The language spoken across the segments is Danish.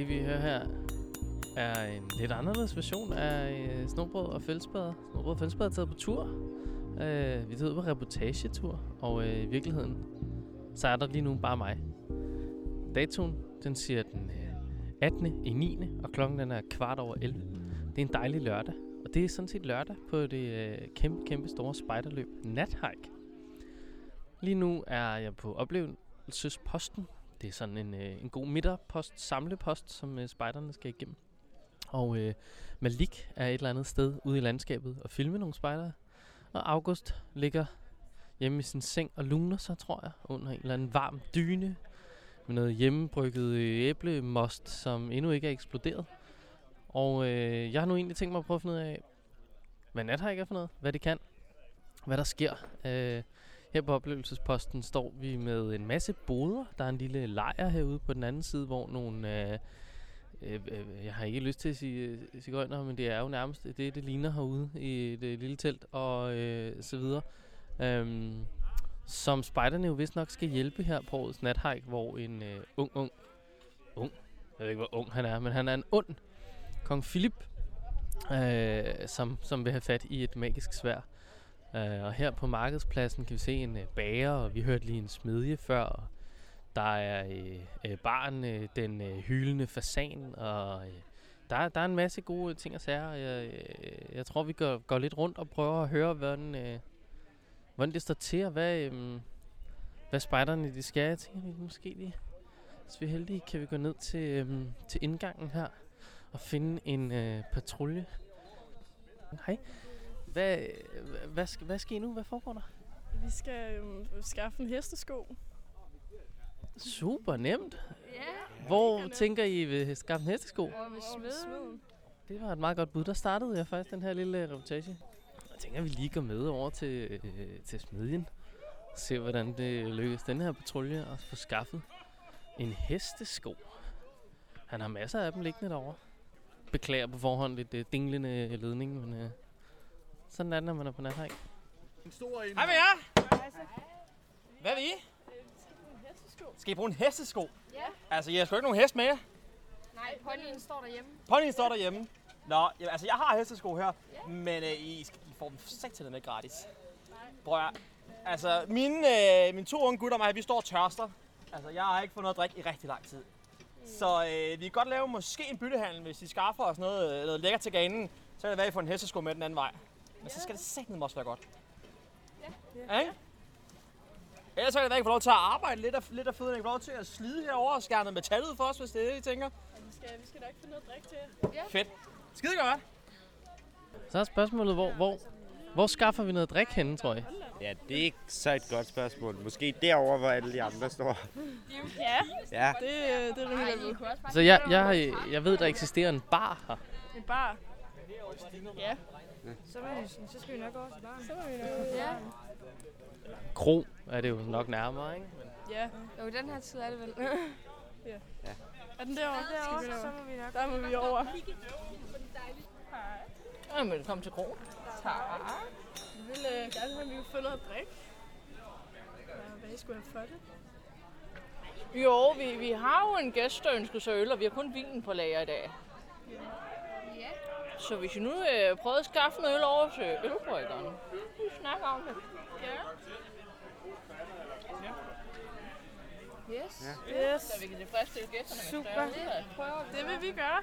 Det vi hører her er en lidt anderledes version af Snobrød og Fællesbader. Snobrød og Fællesbader er taget på tur. Vi er taget ud på reportagetur, og i virkeligheden så er der lige nu bare mig. Datoen, den siger den 18. i 9. og klokken den er 11:15. Det er en dejlig lørdag, og det er sådan set lørdag på det kæmpe store spejderløb Nathike. Lige nu er jeg på oplevelsesposten. Det er sådan en god midterpost, samlepost, som spejderne skal igennem. Og Malik er et eller andet sted ude i landskabet og filme nogle spejdere. Og August ligger hjemme i sin seng og luner sig, tror jeg, under en eller anden varm dyne med noget hjemmebrygget æblemost, som endnu ikke er eksploderet. Og jeg har nu egentlig tænkt mig at prøve at finde ud af, hvad Nathike er for noget, hvad det kan, hvad der sker. Her på oplevelsesposten står vi med en masse boder. Der er en lille lejr herude på den anden side, hvor nogle... jeg har ikke lyst til at sige sigøjner, men det er jo nærmest det ligner herude i et lille telt og så videre. Som spejderne jo vist nok skal hjælpe her på årets Nathike, hvor en ung, jeg ved ikke hvor ung han er, men han er en ond kong Philip, som vil have fat i et magisk sværd. Og her på markedspladsen kan vi se en bager, og vi hørte lige en smedje før. Og der er baren, den hylende fasan, og der er en masse gode ting at sige. Jeg tror, vi går lidt rundt og prøver at høre, hvordan det står til, og hvad spejderne de skal. Jeg tænker, vi måske lige, hvis vi er heldige, kan vi gå ned til indgangen her og finde en patrulje. Hej. Hvad skal I nu? Hvad foregår der? Vi skal skaffe en hestesko. Super nemt. Ja. Hvor tænker I ved skaffe en hestesko? Og med smeden. Det var et meget godt bud. Der startede jeg faktisk den her lille reportage. Jeg tænker, at vi lige går med over til smedjen. Og se, hvordan det lykkes den her patrulje at få skaffet en hestesko. Han har masser af dem liggende derovre. Beklager på forhånd lidt dinglende ledning, men sådan er det, når man er på Nathike. Hej med jer! Hvad vil I? Skal I bruge en hestesko? Ja. Altså, I har sgu ikke nogen hest med jer? Nej, ponyen står derhjemme. Ponyen står derhjemme. Nå, jamen, altså jeg har hestesko her, men I får dem satan med gratis. Prøv at, altså, mine 2 unge gutter og mig, vi står og tørster. Altså, jeg har ikke fået noget at drikke i rigtig lang tid. Så vi kan godt lave måske en byttehandel, hvis I skaffer os noget lækkert til ganen. Så kan det være, at I får en hestesko med den anden vej. Men så skal det satme også være godt. Ja. Ikke? Ellers så kan det være, at I får lov til at arbejde lidt af føden. I får lov til at slide herover og skære noget metal ud for os, hvis det er det, I tænker. Vi skal nok finde noget drik til jer. Fedt. Skide godt. Så er spørgsmålet, hvor skaffer vi noget drik henne, tror jeg? Ja, det er ikke så et godt spørgsmål. Måske derover, hvor alle de andre står. Ja. Det er rimelig ved. Så jeg ved, der eksisterer en bar her. En bar. Ja. Så skal vi nok over til baren. Så må vi nok. Ja. Kro er det jo nok nærmere, ikke? Men Ja. Jo, den her tid er det vel. Er den derovre? Derovre, Skal vi så må vi nok. Der må vi over. Jamen, velkommen til krogen. Tak. Vi vil gerne have, at vi kunne få noget drik. Hvad I skulle have for det? Jo, vi har jo en gæst, der ønsker sig øl, og vi har kun vinen på lager i dag. Ja. Så hvis I nu prøver at skaffe noget øl over til ølbryggeren, vi snakker om det. Ja. Yes. Yes. Så vi kan tilfredsstille gæsterne med Super. større. Det vil vi gøre.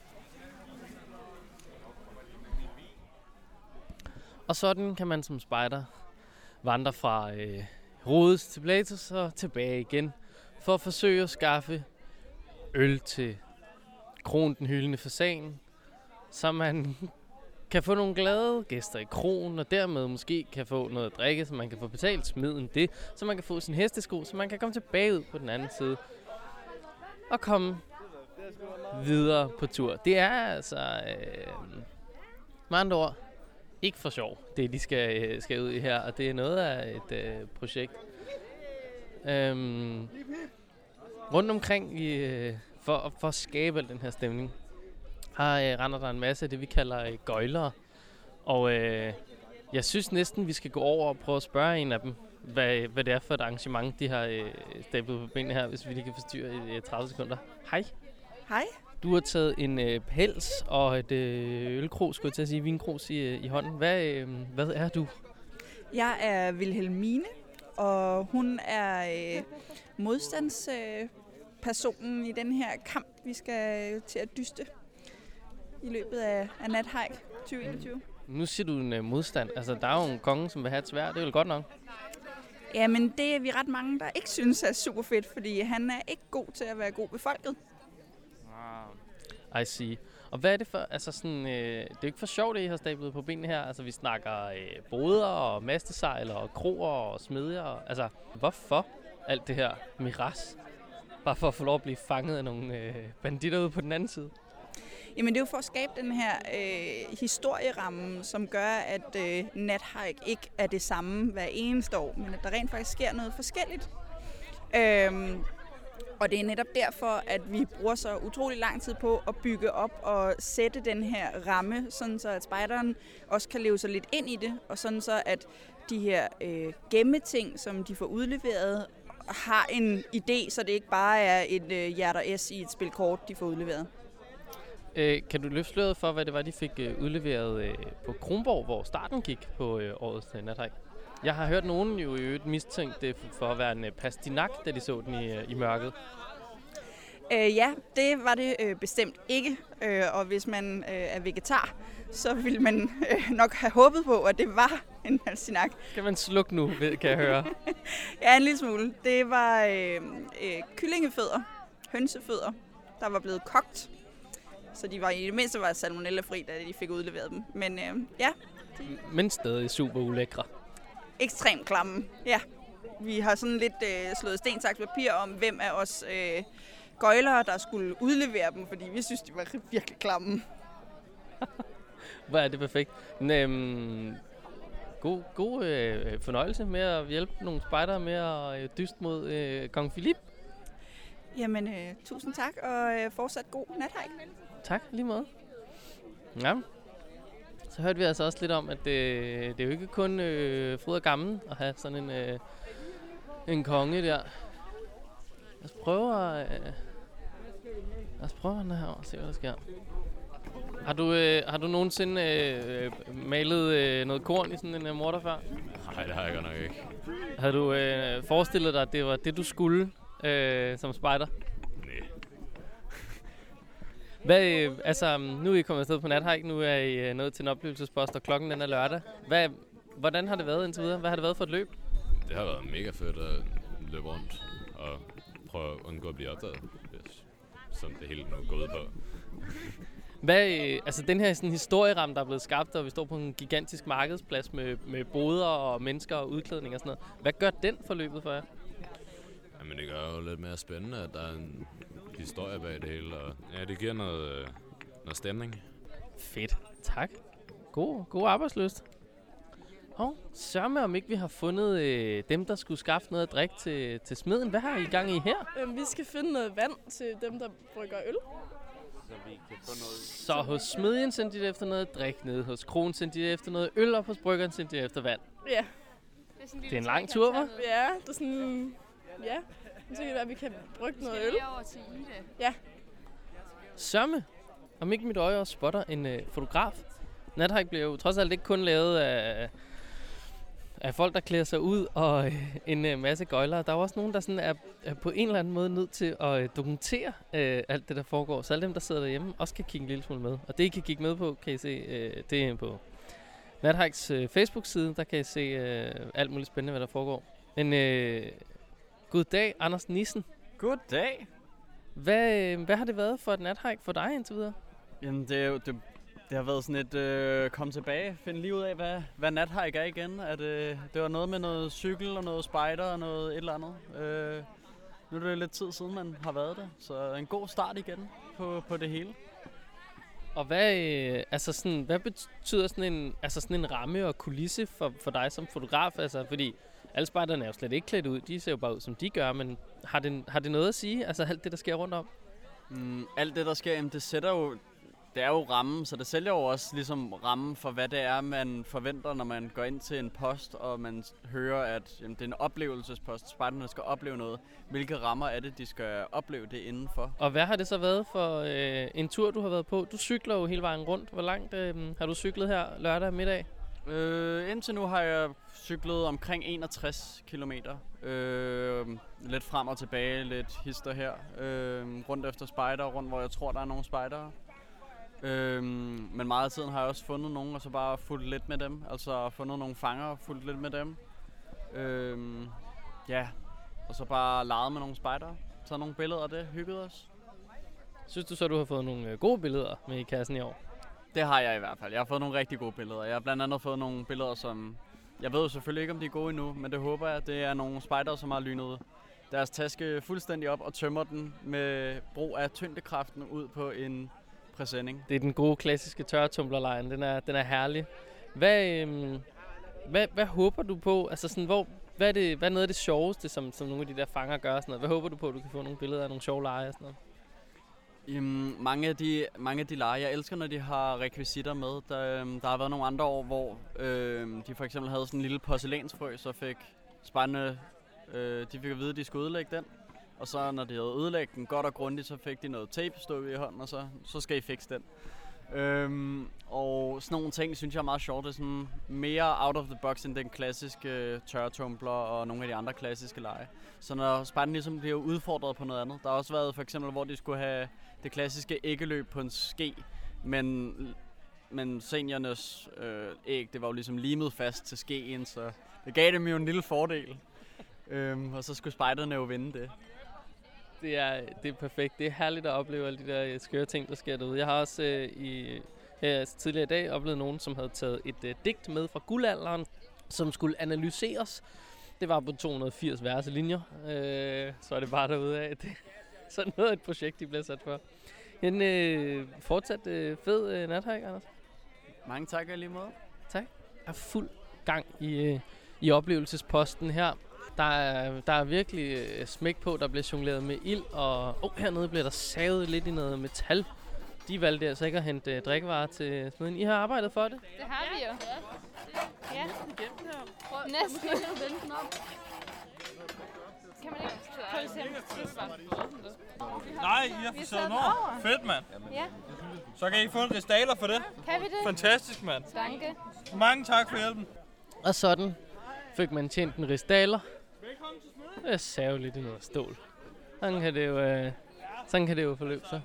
Og sådan kan man som spejder vandre fra Rhodes til Pilatus og tilbage igen, for at forsøge at skaffe øl til kronen den hyldende fasan, så man kan få nogle glade gæster i kronen, og dermed måske kan få noget at drikke, så man kan få betalt smeden det, så man kan få sin hestesko, så man kan komme tilbage ud på den anden side og komme videre på tur. Det er altså med andre ord ikke for sjov, det de skal ud i her, og det er noget af et projekt. Rundt omkring for at skabe al den her stemning, render der en masse af det, vi kalder gøjlere. Og jeg synes næsten, vi skal gå over og prøve at spørge en af dem, hvad det er for et arrangement, de har stablet på benene her, hvis vi lige kan forstyrre i 30 sekunder. Hej. Hej. Du har taget en pels og et ølkrus, skulle jeg til at sige, vinkrus i hånden. Hvad er du? Jeg er Wilhelmine, og hun er modstandspersonen i den her kamp, vi skal til at dyste i løbet af Nathike 2021. Nu siger du en modstand. Altså, der er jo en konge, som vil have et sværd. Det er vel godt nok? Jamen, det er vi ret mange, der ikke synes er super fedt, fordi han er ikke god til at være god ved folket. I see. Og hvad er det for, altså sådan, det er jo ikke for sjovt, at I har stablet på benene her. Altså, vi snakker boder og mastesejler og kroer og smedjer. Altså, hvorfor alt det her miras? Bare for at få lov at blive fanget af nogle banditter ude på den anden side? Jamen, det er jo for at skabe den her historieramme, som gør, at Nathike ikke er det samme hver eneste år, men at der rent faktisk sker noget forskelligt. Og det er netop derfor, at vi bruger så utrolig lang tid på at bygge op og sætte den her ramme, sådan så at spejderen også kan leve sig lidt ind i det, og sådan så at de her gemmeting, som de får udleveret, har en idé, så det ikke bare er et hjerter S i et spil kort, de får udleveret. Kan du løfte sløret for, hvad det var, de fik udleveret på Kronborg, hvor starten gik på årets Nathike? Jeg har hørt nogen jo i øvrigt mistænkt det for at være en pastinak, da de så den i mørket. Ja, det var det bestemt ikke. Og hvis man er vegetar, så ville man nok have håbet på, at det var en pastinak. Kan man slukke nu, kan jeg høre? Ja, en lille smule. Det var kyllingefødder, hønsefødder, der var blevet kogt. Så de var i det mindste var salmonellafri, da de fik udleveret dem. Men ja. Men stadig super ulækre. Ekstremt klamme, ja. Vi har sådan lidt slået sten, saks, papir om, hvem af os gøjlere, der skulle udlevere dem, fordi vi synes, de var virkelig klamme. Hvor er det perfekt. God fornøjelse med at hjælpe nogle spejdere med at dyste mod kong Philip. Jamen, tusind tak, og fortsat god Nathike. Tak, lige måde. Ja. Så hørte vi altså også lidt om, at det er jo ikke kun fryd og gammel at have sådan en konge der. Lad os prøve den her og se, hvad der sker. Har du nogensinde malet noget korn i sådan en morter før? Nej, det har jeg godt nok ikke. Havde du forestillet dig, at det var det, du skulle som spejder? Nej. Nu er I kommet afsted på Nathike, nu er I nået til en oplevelsespost, og klokken den er lørdag. Hvordan har det været indtil videre? Hvad har det været for et løb? Det har været mega fedt at løbe rundt og prøve at undgå at blive opdaget, som det hele nu går ud på. Den her sådan historieramme, der er blevet skabt, og vi står på en gigantisk markedsplads med boder og mennesker og udklædning og sådan noget. Hvad gør den for løbet for jer? Jamen det gør jo lidt mere spændende, at der er en historie bag det hele, og ja, det giver noget stemning. Fedt. Tak. God arbejdslyst. Sørg med, om ikke vi har fundet dem, der skulle skaffe noget at drikke til smeden. Hvad har I gang i her? Vi skal finde noget vand til dem, der brygger øl. Så vi kan få noget... Så hos smedjen sendte de efter noget at drikke, nede hos kronen sendte de efter noget øl, og hos bryggeren sendte de efter vand. Ja. Det er en lang tur, hva'? Ja, det er sådan... Ja, så kan det være, at vi kan brygge noget øl. over til Ida. Ja. Sørme, om ikke mit øje også spotter en fotograf. Nathike bliver jo trods alt ikke kun lavet af folk, der klæder sig ud, og en masse gøjlere. Der er også nogen, der sådan er på en eller anden måde nødt til at dokumentere alt det, der foregår. Så alle dem, der sidder derhjemme, også kan kigge en lille smule med. Og det, I kan kigge med på, kan I se, det er på Nathikes Facebook-side. Der kan I se alt muligt spændende, hvad der foregår. Men god dag, Anders Nissen. God dag. Hvad har det været for et Nathike for dig indtil videre? Jamen, det har været sådan et komme tilbage, finde lige ud af, hvad Nathike er igen. At, det var noget med noget cykel og noget spejder og noget et eller andet. Nu er det lidt tid siden, man har været der, så en god start igen på det hele. Og hvad betyder sådan en ramme og kulisse for dig som fotograf? Altså, fordi alle spejderne er jo slet ikke klædt ud. De ser jo bare ud, som de gør, men har det noget at sige? Altså alt det, der sker rundt om? Alt det, der sker, jamen, det sætter jo det er jo rammen, så det sælger jo også ligesom rammen for, hvad det er, man forventer, når man går ind til en post, og man hører, at jamen, det er en oplevelsespost. Spejderne skal opleve noget. Hvilke rammer er det, de skal opleve det indenfor? Og hvad har det så været for en tur, du har været på? Du cykler jo hele vejen rundt. Hvor langt har du cyklet her lørdag middag? Indtil nu har jeg cyklet omkring 61 kilometer. Lidt frem og tilbage, lidt hister her. Rundt efter spejdere, rundt hvor jeg tror, der er nogle spejdere. Men meget af tiden har jeg også fundet nogen, og så bare fulgt lidt med dem. Altså fundet nogle fanger og fulgt lidt med dem. Ja, og så bare leget med nogle spejdere. Taget nogle billeder af det, hygget os. Synes du så, du har fået nogle gode billeder med i kassen i år? Det har jeg i hvert fald. Jeg har fået nogle rigtig gode billeder. Jeg har blandt andet fået nogle billeder, som... Jeg ved jo selvfølgelig ikke, om de er gode endnu, men det håber jeg. Det er nogle spejdere, som har lynet deres taske fuldstændig op og tømmer den med brug af tyngdekraften ud på en præsending. Det er den gode, klassiske tørretumblerlejen. Den er herlig. Hvad håber du på? Altså sådan, hvad er noget af det sjoveste, som nogle af de der fanger gør? Sådan noget? Hvad håber du på, at du kan få nogle billeder af nogle sjove lege og sådan noget? Mange af de lege, jeg elsker, når de har rekvisitter med. Der har været nogle andre år, hvor de for eksempel havde sådan en lille porcelænsfrø, så fik spejderne, de fik at vide, at de skulle ødelægge den. Og så når de havde ødelægget den godt og grundigt, så fik de noget tape stået i hånden, og så skal I fikse den. Og sådan nogle ting synes jeg er meget sjovt. Det er sådan mere out of the box end den klassiske tørretumbler og nogle af de andre klassiske lege. Så når spejderne ligesom bliver udfordret på noget andet. Der har også været for eksempel, hvor de skulle have det klassiske æggeløb på en ske, men seniornes æg, det var jo ligesom limet fast til skeen, så det gav dem jo en lille fordel. Og så skulle spejderne jo vinde det. Det er perfekt. Det er herligt at opleve alle de der skøre ting, der sker derude. Jeg har også her tidligere i dag oplevet nogen, som havde taget et digt med fra guldalderen, som skulle analyseres. Det var på 280 verse linjer, så er det bare derude af. Det sådan noget af et projekt, de bliver sat for. En fortsat fed nathike, Anders. Mange tak i lige måde. Tak. Der er fuld gang i oplevelsesposten her. Der er virkelig smæk på, der bliver jongleret med ild, og hernede bliver der savet lidt i noget metal. De valgte altså ikke at hente drikkevarer til smeden. I har arbejdet for det? Det har vi jo. Ja. Næsten. Kan man ikke Nej, I har fået sædet over. Fedt, mand. Ja. Så kan I få en ristaler for det. Kan vi det? Fantastisk, mand. Danke. Mange tak for hjælpen. Og sådan fik man tjent en ristaler. Det er særligt i noget stål. Sådan kan det jo forløbe sig.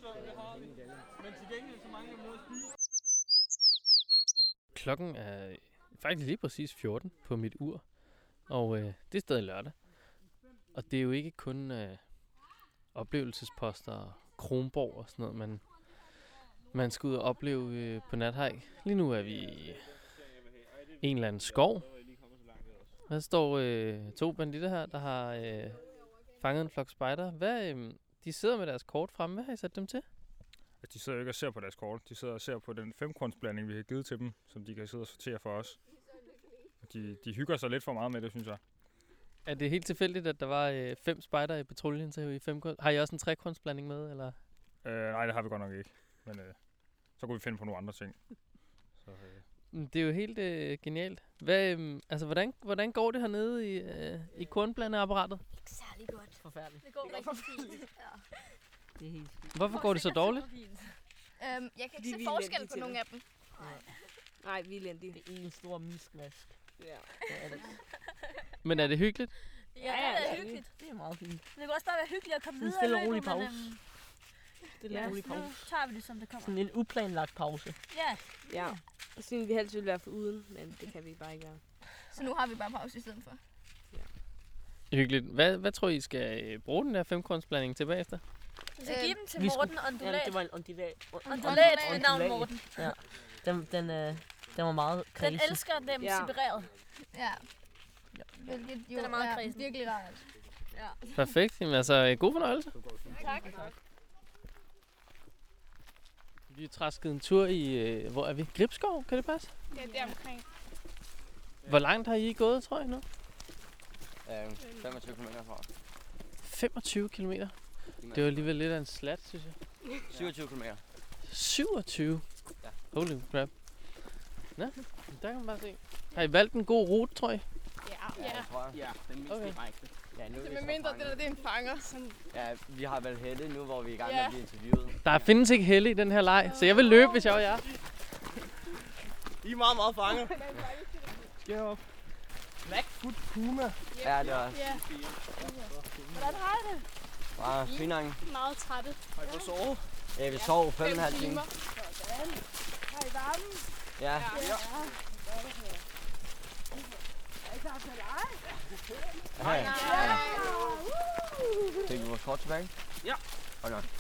Klokken er faktisk lige præcis 14 på mit ur. Og det er stadig lørdag. Og det er jo ikke kun oplevelsesposter og Kronborg og sådan noget, man skal ud og opleve på nathike. Lige nu er vi i en eller anden skov. Der står 2 banditter her, der har fanget en flok spejder. De sidder med deres kort fremme. Hvad har I sat dem til? De sidder jo ikke og ser på deres kort. De sidder og ser på den 5-kornsblanding, vi har givet til dem, som de kan sidde og sortere for os. De hygger sig lidt for meget med det, synes jeg. Er det helt tilfældigt, at der var 5 spejder i patruljen til i 5 korn? Har I også en 3-kornsblanding med, eller? Nej, det har vi godt nok ikke. Men så kunne vi finde på nogle andre ting. Så, Det er jo helt genialt. Hvordan går det hernede i kornblandeapparatet? Ikke særlig godt. Forfærdeligt. Det går rigtig fint. Ja. Det er helt skidt. Hvorfor går det så dårligt? Jeg kan ikke se forskel på nogle af dem. Nej, vi er elendige. Det er en stor miskmask. Ja. Det er det. Men er det hyggeligt? Ja, det er hyggeligt. Det er meget fint. Det kan også bare være hyggeligt at komme videre. En stille og rolig pause. Stille og rolig Nu pause. tager vi det, som det kommer. Sådan en uplanlagt pause. Ja. Ja. Jeg synes, vi helst ville være for uden, men det kan vi bare ikke gøre. Så nu har vi bare pause i stedet for. Hyggeligt. Hvad tror I skal bruge den der 5-kornsblanding til bagefter? Så give dem til Morten Ondulat. Ja, det var en ondulat. Ondulat med navn Morten. Ja. Den var meget kredsen. Den elsker dem separeret. Ja. Hvilket jo er meget kredsen. Virkelig rart. Ja. Perfekt. Jamen, altså, god fornøjelse. Tak. Vi har trasket en tur i, hvor er vi? Gribskov, kan det passe? Det er der omkring. Hvor langt har I gået, tror jeg nu? 25 km fra. 25 kilometer? Det var alligevel lidt af en slat, synes jeg. 27 km. 27? Ja. Holy crap. Nå, der kan man bare se. Har I valgt en god rute, tror I? Ja. Ja, den mest Okay. direkte. Ja, nu er Det vi er så mindre, fanget. det er en fanger. Ja, vi har valgt Helle nu, hvor vi er i gang med at blive interviewet. Der findes ikke helle i den her leg, så jeg vil løbe, hvis jeg var jer. I er meget, meget fanger. Skal op. Blackfoot Puma. Ja, det var Ja. Hvordan har I det? bare finang. Meget trætte. Har I fået sovet? Ja, vi sov 5,5 timer. Sådan. Har I varmen? Ja. Ja. Er I klar til at lege? Ja. Fik vi vores kort tilbage? Ja. Hold nok.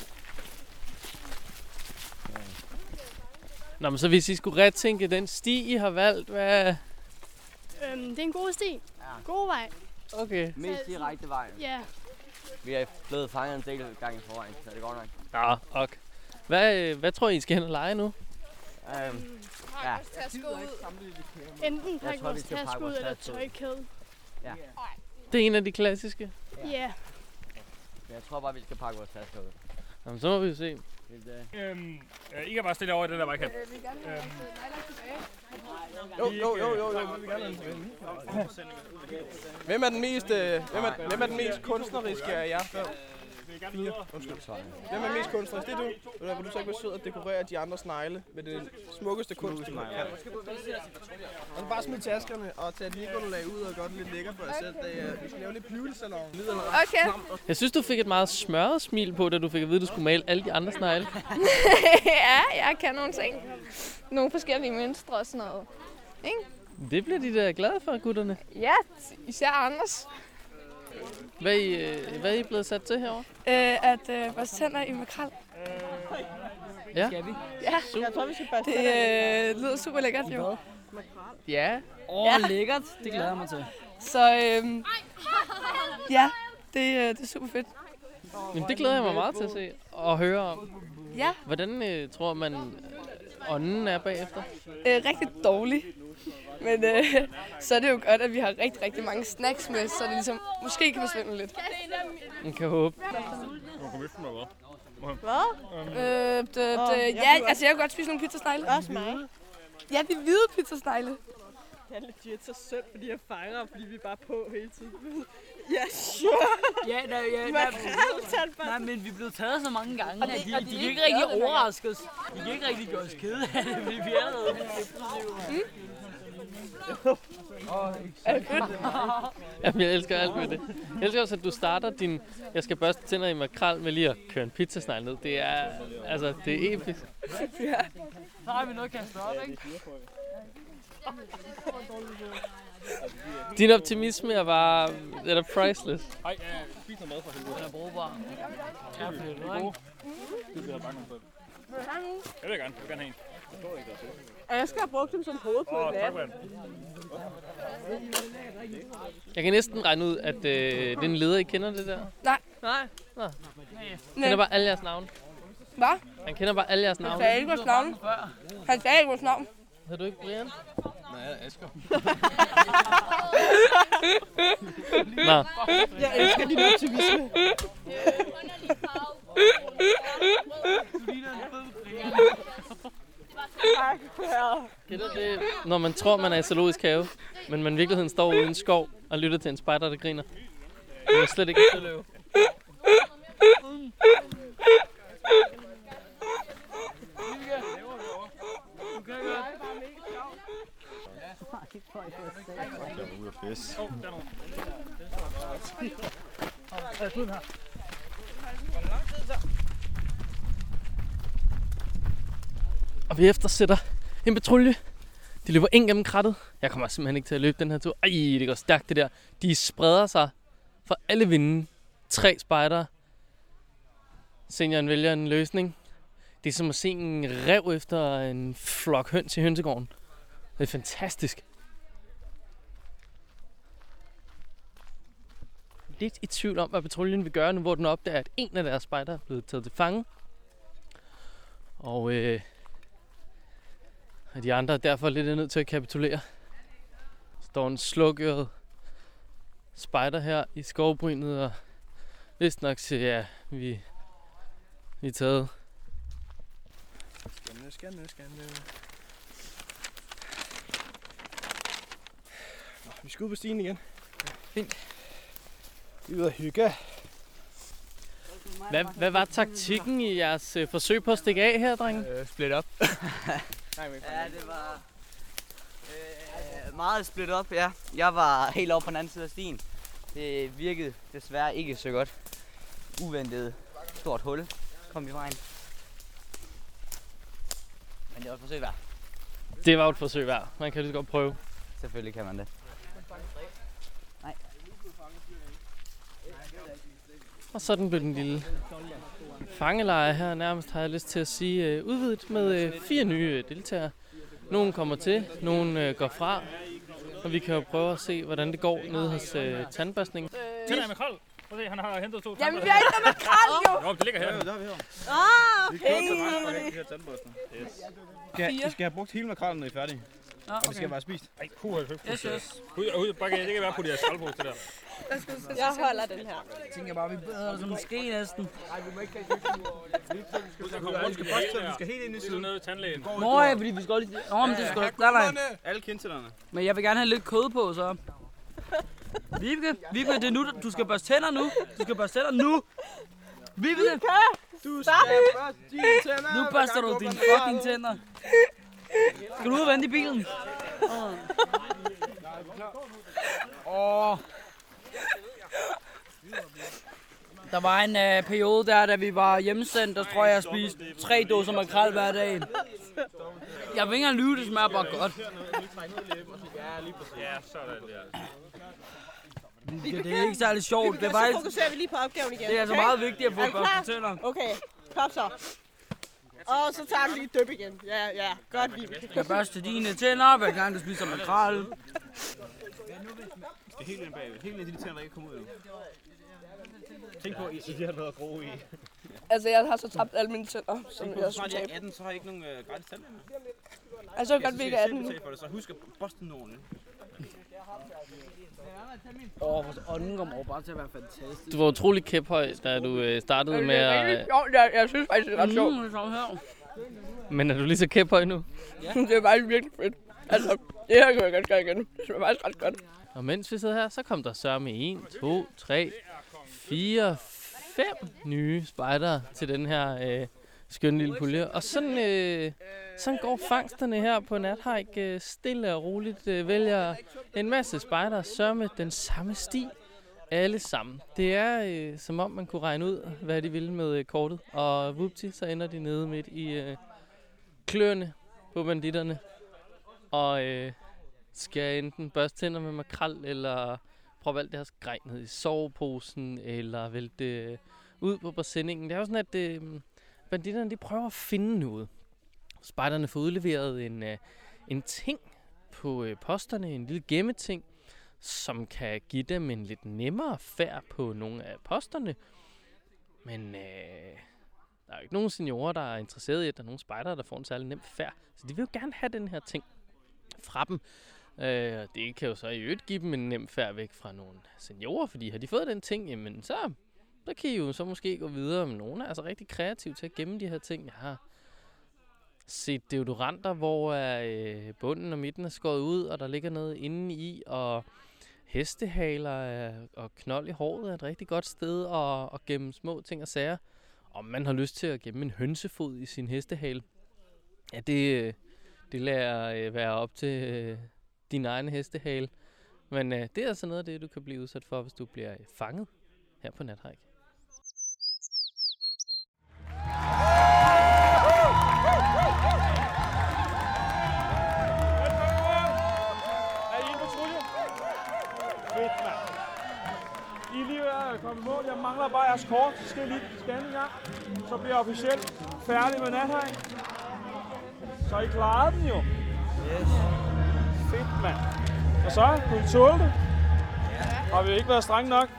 Nå, men så hvis I skulle retænke den sti, I har valgt, hvad... Det er en god sti. Ja. God vej. Okay. Mest direkte vej. Ja. Vi er blevet fanget en del gange i forvejen, så det går nok. Ja, ok. Hvad tror I, I skal hen og lege nu? Ja. Taske ud. Enten Jeg pakke tror, vi vores skal taske pakke ud vores eller taske ud. tøjkæde. Ja. Det er en af de klassiske. Ja. Jeg tror bare, vi skal pakke vores tasker ud. Jamen, så må vi jo se. I kan bare stille over i den der vejkant. Vi vil gerne have Leila tilbage. Jo, vi vil gerne have den tilbage. Hvem er den mest kunstneriske af jer? Fire. Undskyld. Hvem er mest kunstnerisk? Det er du. Vil du så ikke være sød at dekorere de andre snegle med det smukkeste kunst? Ja. Og så bare smid taskerne og tage et Nicolai ud og gøre det lidt lækkert for jer selv. Vi skal lave lidt beauty-salon. Okay. Jeg synes, du fik et meget smørret smil på, da du fik at vide, at du skulle male alle de andre snegle. Ja, jeg kan nogle ting. Nogle forskellige mønstre og sådan noget. Ikke? Det bliver de da glade for, gutterne. Ja, især Anders. Hvad er I blevet sat til herovre? At vores tænder i makrel. Ja. Ja, Jeg tror, vi skal bare det lyder super lækkert jo. Ja. Lækkert. Det glæder jeg mig til. Så ja, det er super fedt. Jamen, det glæder jeg mig meget til at se og høre om. Ja. Hvordan tror man, ånden er bagefter? Rigtig dårlig. Men så er det jo godt, at vi har rigtig, rigtig mange snacks med, så det ligesom måske kan forsvinde lidt. Man kan håbe. Hvad? Ja, altså jeg kan godt spise nogle pizzasnegle. Også mig. Ja, de hvide pizzasnegle. Det er legit så synd, fordi jeg fanger, fordi vi er bare på hele tiden. Ja, nej, men vi blev taget så mange gange, at de kan ikke rigtig overraske os. De kan ikke rigtig gøre os kede af det, fordi vi er noget depressive. Jamen, jeg elsker alt med det. Jeg elsker også, at du starter din jeg skal børste tænder i makrel med lige at køre en pizzasnegl ned. Det er, altså, det er episk. Ja. Så har vi noget at kaste op, ikke? Din optimisme er bare, det er priceless. Ej, spis noget mad for helvede. Den er brugbar. Ja, det er gode. Det bliver bare nogle selv. Jeg vil gerne have en. Jeg skal have brugt dem som hoved på tak, mand. Jeg kan næsten regne ud, at det er en leder, I kender det der. Nej. Nå. Han kender bare alle jeres navne. Hvad? Han kender bare alle jeres Han navne. sagde ikke vores navn. Han sagde ikke vores navn. Hedder du ikke Brian? Nej, jeg er Asger. Nå. Jeg elsker din optimisme. Kender det, når man tror, man er i zoologisk have, men man i virkeligheden står ude i en skov og lytter til en spejder, der griner? Det er slet ikke til at løbe. Jeg er ude at fest. Og vi eftersætter en patrulje. De løber ind gennem krattet. Jeg kommer simpelthen ikke til at løbe den her tur. Ej, det går stærkt det der. De spreder sig fra alle vinde. 3 spejdere. Senioren vælger en løsning. Det er som at se en ræv efter en flok høns i hønsegården. Det er fantastisk. Lidt i tvivl om, hvad patruljen vil gøre nu, hvor den opdager, at en af deres spejdere er blevet taget til fange. Og de andre er derfor lidt nødt til at kapitulere. Der står en slukøret spejder her i skovbrynet, og vist nok siger, ja, vi er taget. Vi skal ud på stien igen. Fint. Vi er ude at hygge. Hvad var taktikken i jeres forsøg på at stikke af her, drenge? Split up. Ja, det var meget split up, ja. Jeg var helt over på den anden side af stien. Det virkede desværre ikke så godt. Uventet stort hul kom i vejen. Men det var et forsøg værd. Det var jo et forsøg værd. Man kan lige godt prøve. Selvfølgelig kan man det. Nej. Og sådan blev den lille fangelejr her nærmest, har jeg lyst til at sige, udvidet med 4 nye deltagere. Nogle kommer til, nogle går fra, og vi kan jo prøve at se, hvordan det går nede hos tandbørstning. Tænder jeg med krald? Prøv at se, han har hentet 2 Jamen, vi har ikke med krald, jo! Jo, det ligger her. Ja, det har vi her. Okay. I skal have brugt hele makrellen, når I er færdige. Og det skal være spist. Ej, puha, Yes. ud, bare det kan være på de her skraldbrug til der. Jeg holder den her. Jeg tænker bare, vi beder som en ske næsten. Nej, vi må ikke kalde det. Vi skal helt ind i siden. Nede i tandlægen. Nå ja, fordi vi skal også lige... Nå, men det skal nej. Alle kindtænderne. Men jeg vil gerne have lidt kød på, så. Vibeke, det er nu, du skal børste tænder nu. Vibeke! Du skal børste dine tænder. Nu børster du dine fucking tænder. Skal du ud og vente i bilen? Der var en periode der, da vi var hjemsendt, der tror jeg spiste 3 dåser makrel hver dag. Jeg vil ikke engang lyve, det smager bare godt. Ja, sådan der. Det er ikke særlig sjovt. Det er faktisk... Så fokuserer vi lige på opgaven igen. Det er altså meget vigtigt at få børste tænder. Okay, kom så. Og så tager du lige et dyb igen. Ja, godt lige. Jeg børste dine tænder, hver gang du spiser makrel. Det er helt ind bagved. Helt ind i de tænder, der ikke kommer ud. Tænk på, at I har noget at gro i. Altså, jeg har så tabt alle mine tænder, som jeg Snart skulle jeg tabe. er 18, så har I ikke nogen gratis tandlæge. Altså, jeg kan godt vi ikke er 18 nu. Så husk at boste den ordentligt. Vores ånden kommer over bare til at være fantastisk. Du var utrolig kæphøj, da du startede med at... Jeg synes faktisk, det er ret sjovt. Men er du lige så kæphøj nu? Ja. Det er faktisk virkelig fedt. Altså, det her kan jeg godt gøre igen. Det smager faktisk ret godt. Og mens vi sidder her, så kom der så med 1, 2, 3, 4, 5 nye spejdere til den her skønne lille pulje. Og sådan går fangsterne her på Nathike stille og roligt. Vælger en masse spejdere sørme den samme sti. Alle sammen. Det er som om man kunne regne ud, hvad de ville med kortet. Og vupti, så ender de nede midt i kløerne på banditterne. Og skal enten børste tænder med makrel, eller prøve alt deres grej ned i soveposen, eller vælte ud på præsendingen. Det er jo sådan, at banditterne de prøver at finde noget. Spejderne får udleveret en ting på posterne, en lille gemmeting, som kan give dem en lidt nemmere færd på nogle af posterne. Men der er jo ikke nogen seniorer, der er interesseret i, at der er nogle spejdere, der får en særlig nem færd. Så de vil jo gerne have den her ting fra dem. Det kan jo så i øvrigt give dem en nem færd væk fra nogle seniorer, fordi har de fået den ting, jamen så kan I jo så måske gå videre. Men nogen er altså rigtig kreative til at gemme de her ting. Jeg har set deodoranter, hvor bunden og midten er skåret ud, og der ligger noget inde i, og hestehaler og knold i håret er et rigtig godt sted at gemme små ting og sager. Om man har lyst til at gemme en hønsefod i sin hestehale, ja, det lader være op til din egen hestehale. Men det er altså noget af det, du kan blive udsat for, hvis du bliver fanget her på Nathike. Er I en patrulje? Fedt, mand. I er lige ved at komme i mål. Jeg mangler bare jeres kort. Så skal I lige scanne i gang. Så bliver jeg officielt færdig med Nathike. Så I klarede den jo. Yes. Fedt, mand. Og så? Kunne I tåle det? Har vi ikke været strenge nok?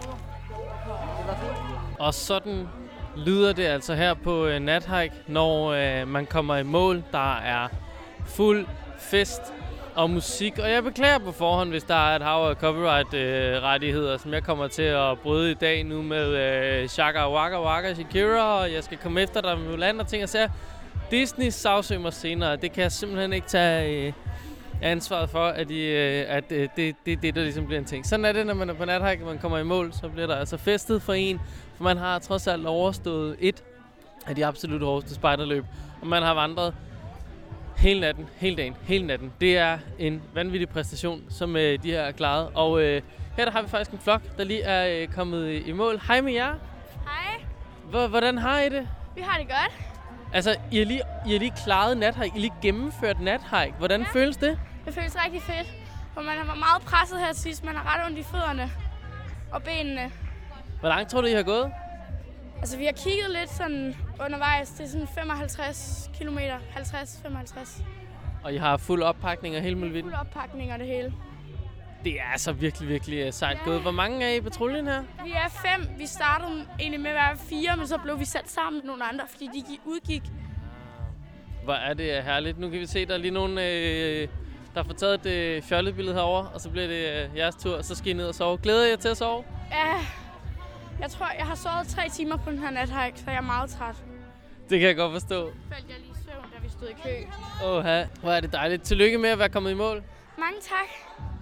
Og sådan lyder det altså her på Nathike, når man kommer i mål. Der er fuld fest og musik. Og jeg beklager på forhånd, hvis der er et hav af copyright-rettigheder, som jeg kommer til at bryde i dag nu med Shaka Waka Waka Shakira. Og jeg skal komme efter dig med land og ting og sager. Disney sagsøger mig senere. Det kan jeg simpelthen ikke tage ansvaret for, at det der ligesom bliver en ting. Sådan er det, når man er på nathike, og man kommer i mål, så bliver der altså festet for en. For man har trods alt overstået et af de absolut hårdeste spejderløb. Og man har vandret hele natten, hele dagen, hele natten. Det er en vanvittig præstation, som de her er klaret. Og her der har vi faktisk en flok, der lige er kommet i mål. Hej med jer. Hej. Hvordan har I det? Vi har det godt. Altså, I har lige klaret nathike. I har lige gennemført nathike. Hvordan føles det? Det føles rigtig fedt. For man har været meget presset her til sidst. Man har ret ondt i fødderne og benene. Hvor langt tror du, I har gået? Altså, vi har kigget lidt sådan undervejs. Det er sådan 55 kilometer. 50-55. Og I har fuld oppakning og hele muligheden? Fuld oppakning og det hele. Det er altså virkelig, virkelig sejt gået. Hvor mange er I i patruljen her? Vi er 5. Vi startede egentlig med at være 4, men så blev vi sat sammen med nogle andre, fordi de udgik. Hvor er det herligt. Nu kan vi se, der er lige nogen, der får taget et fjollet billede herover, og så bliver det jeres tur, så skal I ned og sove. Glæder I jer til at sove? Ja, jeg tror, jeg har sovet 3 timer på den her nathike, så jeg er meget træt. Det kan jeg godt forstå. Faldt jeg lige i søvn, da vi stod i kø. Åha, hvor er det dejligt. Tillykke med at være kommet i mål. Mange tak.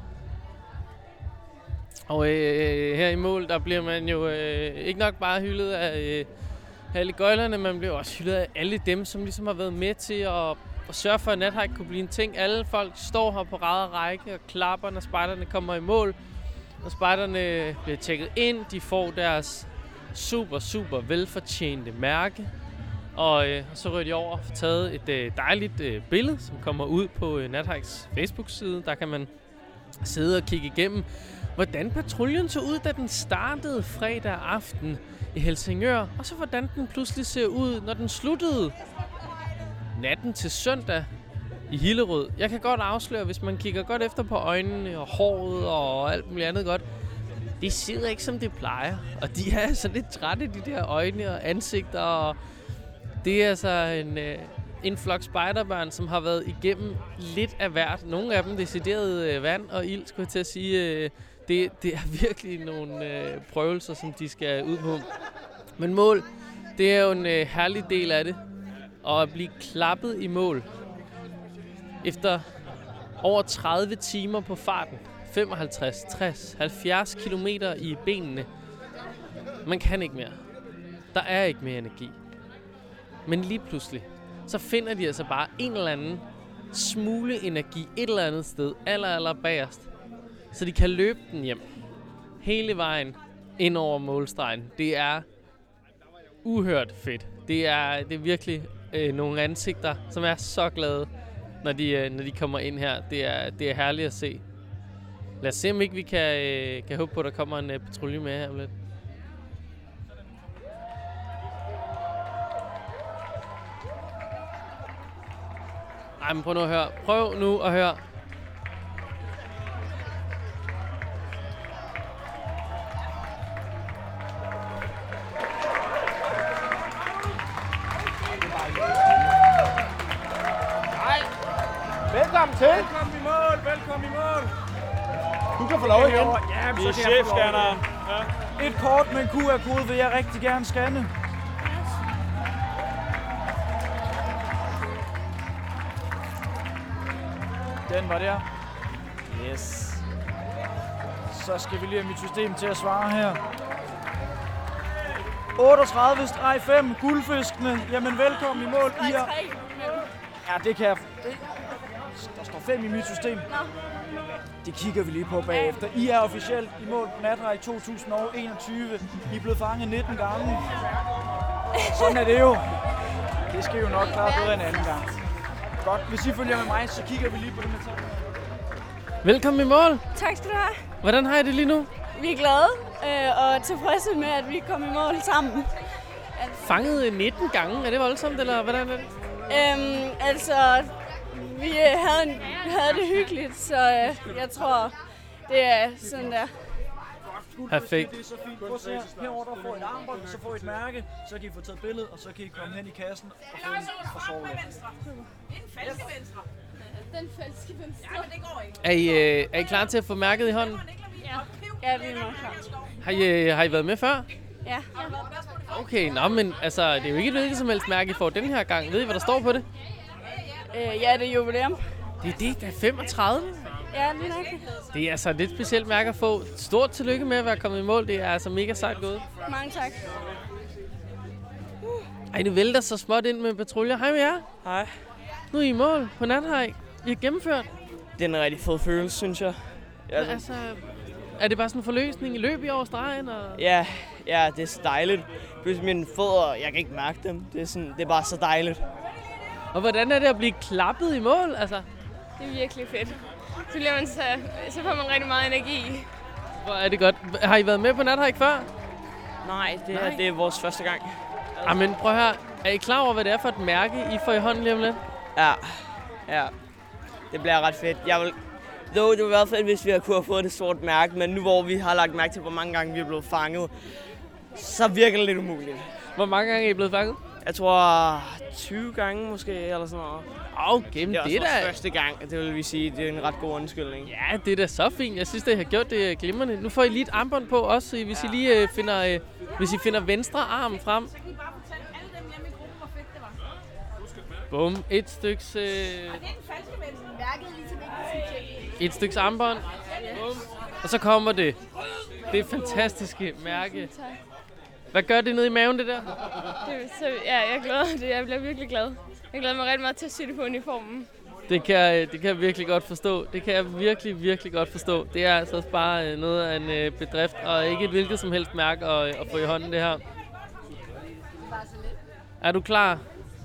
Og her i mål, der bliver man jo ikke nok bare hyldet af alle gøjlerne, man bliver også hyldet af alle dem, som ligesom har været med til at sørge for, at nathike kunne blive en ting. Alle folk står her på rad og række og klapper, når spejderne kommer i mål. Når spejderne bliver tjekket ind, de får deres super, super velfortjente mærke. Og så rører de over og får taget et dejligt billede, som kommer ud på Nathikes Facebook-side. Der kan man sidde og kigge igennem, hvordan patruljen så ud, da den startede fredag aften i Helsingør, og så hvordan den pludselig ser ud, når den sluttede natten til søndag i Hillerød. Jeg kan godt afsløre, hvis man kigger godt efter på øjnene og håret og alt muligt andet godt, det sidder ikke som det plejer, og de er altså lidt trætte, de der øjne og ansigter, og det er altså en flok spejderbørn, som har været igennem lidt af hvert. Nogle af dem decideret vand og ild, skulle jeg til at sige. Det er virkelig nogle prøvelser, som de skal ud på. Men mål, det er jo en herlig del af det. Og at blive klappet i mål efter over 30 timer på farten. 55, 60, 70 kilometer i benene. Man kan ikke mere. Der er ikke mere energi. Men lige pludselig, så finder de altså bare en eller anden smule energi et eller andet sted, aller bagerst, så de kan løbe den hjem hele vejen ind over målstregen. Det er uhørt fedt. Det er virkelig nogle ansigter, som er så glade, når de kommer ind her. Det er herligt at se. Lad os se, om ikke vi kan håbe på, at der kommer en patrulje med her om lidt. Ej, men prøv nu at høre. Prøv nu at høre. Velkommen til. Velkommen i mål, velkommen i mål. Du kan få lov igen. Ja, vi er chefscanneren. Ja. Et kort med en QR-kode vil jeg rigtig gerne scanne. Den var der. Yes. Så skal vi lige have mit system til at svare her. 38-5, guldfiskene. Jamen velkommen i mål. Ja, det kan jeg. Der står 5 i mit system. Det kigger vi lige på bagefter. I er officielt i mål på Nathike 2021. I er blevet fanget 19 gange. Sådan er det jo. Det skal jo nok klare bedre en anden gang. Godt, hvis I følger med mig, så kigger vi lige på det med ting. Velkommen i mål. Tak skal du have. Hvordan har I det lige nu? Vi er glade og tilfredse med, at vi kom i mål sammen. Fanget 19 gange. Er det voldsomt, eller hvordan er det? Vi havde det hyggeligt, så jeg tror, det er sådan der. Perfekt. Det er så fint. Prøv at se herovre, der får et armbånd, så får I et mærke, så kan I få taget billedet, og så kan I komme hen i kassen og sove lidt. Den falske venstre. Den falske venstre. Ja, men det går ikke. Er I klar til at få mærket i hånden? Ja, vi er nok klar. Har I været med før? Ja. Okay, nå, men altså, det er jo ikke et hvilket som helst mærke, I får den her gang. Ved I, hvad der står på det? Ja, det er jubilæum. Det er 35. Ja, lige nok. Det er altså et lidt specielt mærke at få. Stort tillykke med at være kommet i mål. Det er altså mega sejt gået. Mange tak. Ej, det vælter så småt ind med patruljer. Hej med jer. Hej. Nu er I i mål på Nathike. I har gennemført. Det er en rigtig fed følelse, synes jeg. Altså, er det bare sådan en forløsning i løb i over stregen? Og... Ja, det er så dejligt. Pludselig mine fødder, jeg kan ikke mærke dem. Det er bare så dejligt. Og hvordan er det at blive klappet i mål? Altså? Det er virkelig fedt. Så får man rigtig meget energi. Hvor er det godt. Har I været med på Nathike før? Nej, det er vores første gang. Men prøv at høre. Er I klar over, hvad det er for et mærke, I får i hånden lige om lidt? Ja. Det bliver ret fedt. Det var i hvert fald, hvis vi kunne have fået det sorte mærke, men nu hvor vi har lagt mærke til, hvor mange gange vi er blevet fanget, så virker det lidt umuligt. Hvor mange gange er I blevet fanget? Jeg tror 20 gange måske, eller sådan noget. Okay, men det er da første gang, det vil vi sige. Det er en ret god undskyldning. Ja, det er da så fint. Jeg synes, at I har gjort det glimrende. Nu får I lige et armbånd på også, hvis I lige finder venstre arm frem. Bum, et styks... Et styks armbånd. Bum. Og så kommer det. Det er fantastiske mærke. Hvad gør det nede i maven, det der? Jeg glæder det. Jeg bliver virkelig glad. Jeg glæder mig rigtig meget til at se det på uniformen. Det kan jeg virkelig godt forstå. Det kan jeg virkelig, virkelig godt forstå. Det er altså også bare noget af en bedrift, og ikke et hvilket som helst mærke at få i hånden det her. Er du klar?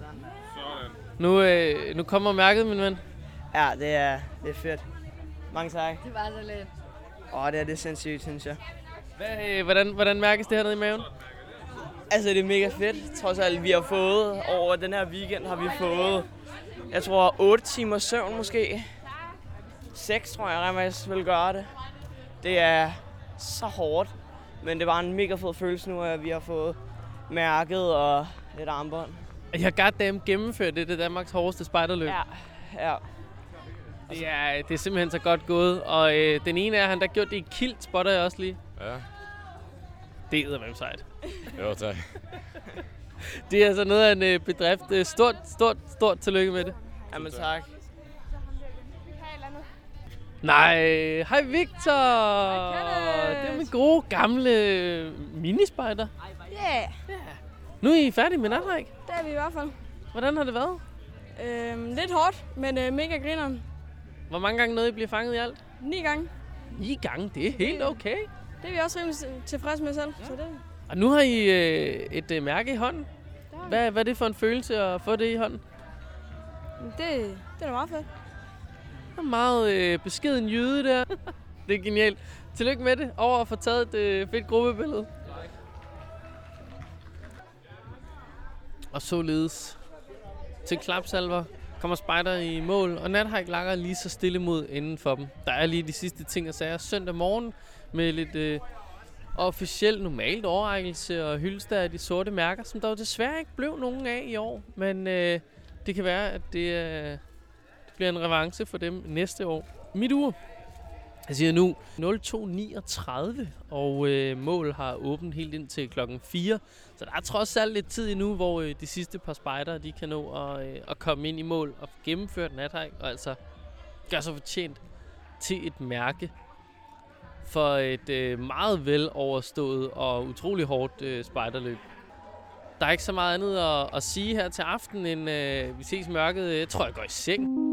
Nu kommer mærket, min ven. Ja, det er fedt. Mange tak. Det var så lidt. Det er sindssygt, synes jeg. Hvordan mærkes det her nede i maven? Altså, det er mega fedt. Trods alt, vi har fået over den her weekend, har vi fået, jeg tror, 8 timer søvn måske. 6, tror jeg, Remas vil gøre det. Det er så hårdt, men det var en mega fed følelse nu, at vi har fået mærket og et armbånd. Jeg har goddamn gennemført det. Det er Danmarks hårdeste spejderløb. Ja. Det er simpelthen så godt gået. Og den ene af han, der gjorde det i Kilt, spotter jeg også lige. Ja. Det er eddermame sejt. Jo, tak. Det er altså noget af en bedrift. Stort tillykke med det. Jamen tak. Nej, hej Victor! Det er min gode, gamle minispejder. Ja. Nu er I færdige med Nathike? Det er vi i hvert fald. Hvordan har det været? Lidt hårdt, men mega grineren. Hvor mange gange nåede I bliver fanget i alt? 9 gange. 9 gange? Det er helt okay. Det er vi også rimelig tilfredse med selv. Ja. Så det... Og nu har I et mærke i hånden. Hvad er det for en følelse at få det i hånden? Det er meget fedt. Det er meget beskeden jyde der. Det er genialt. Tillykke med det. Over at få taget et fedt gruppebillede. Og således til klapsalver kommer spejder i mål, og Nathike lakker lige så stille mod enden for dem. Der er lige de sidste ting og sager søndag morgen med lidt officielt normalt overrækkelse og hyldest af de sorte mærker, som der jo desværre ikke blev nogen af i år. Men det kan være, at det bliver en revanche for dem næste år. Mit ur. Jeg siger nu 02:39, og mål har åbent helt ind til klokken 4. Så der er trods alt lidt tid endnu, hvor de sidste par spejdere de kan nå at komme ind i mål og gennemføre Nathike, og altså gør sig fortjent til et mærke for et meget vel overstået og utrolig hårdt spejderløb. Der er ikke så meget andet at sige her til aften, end vi ses i mørket. Jeg tror, jeg går i seng.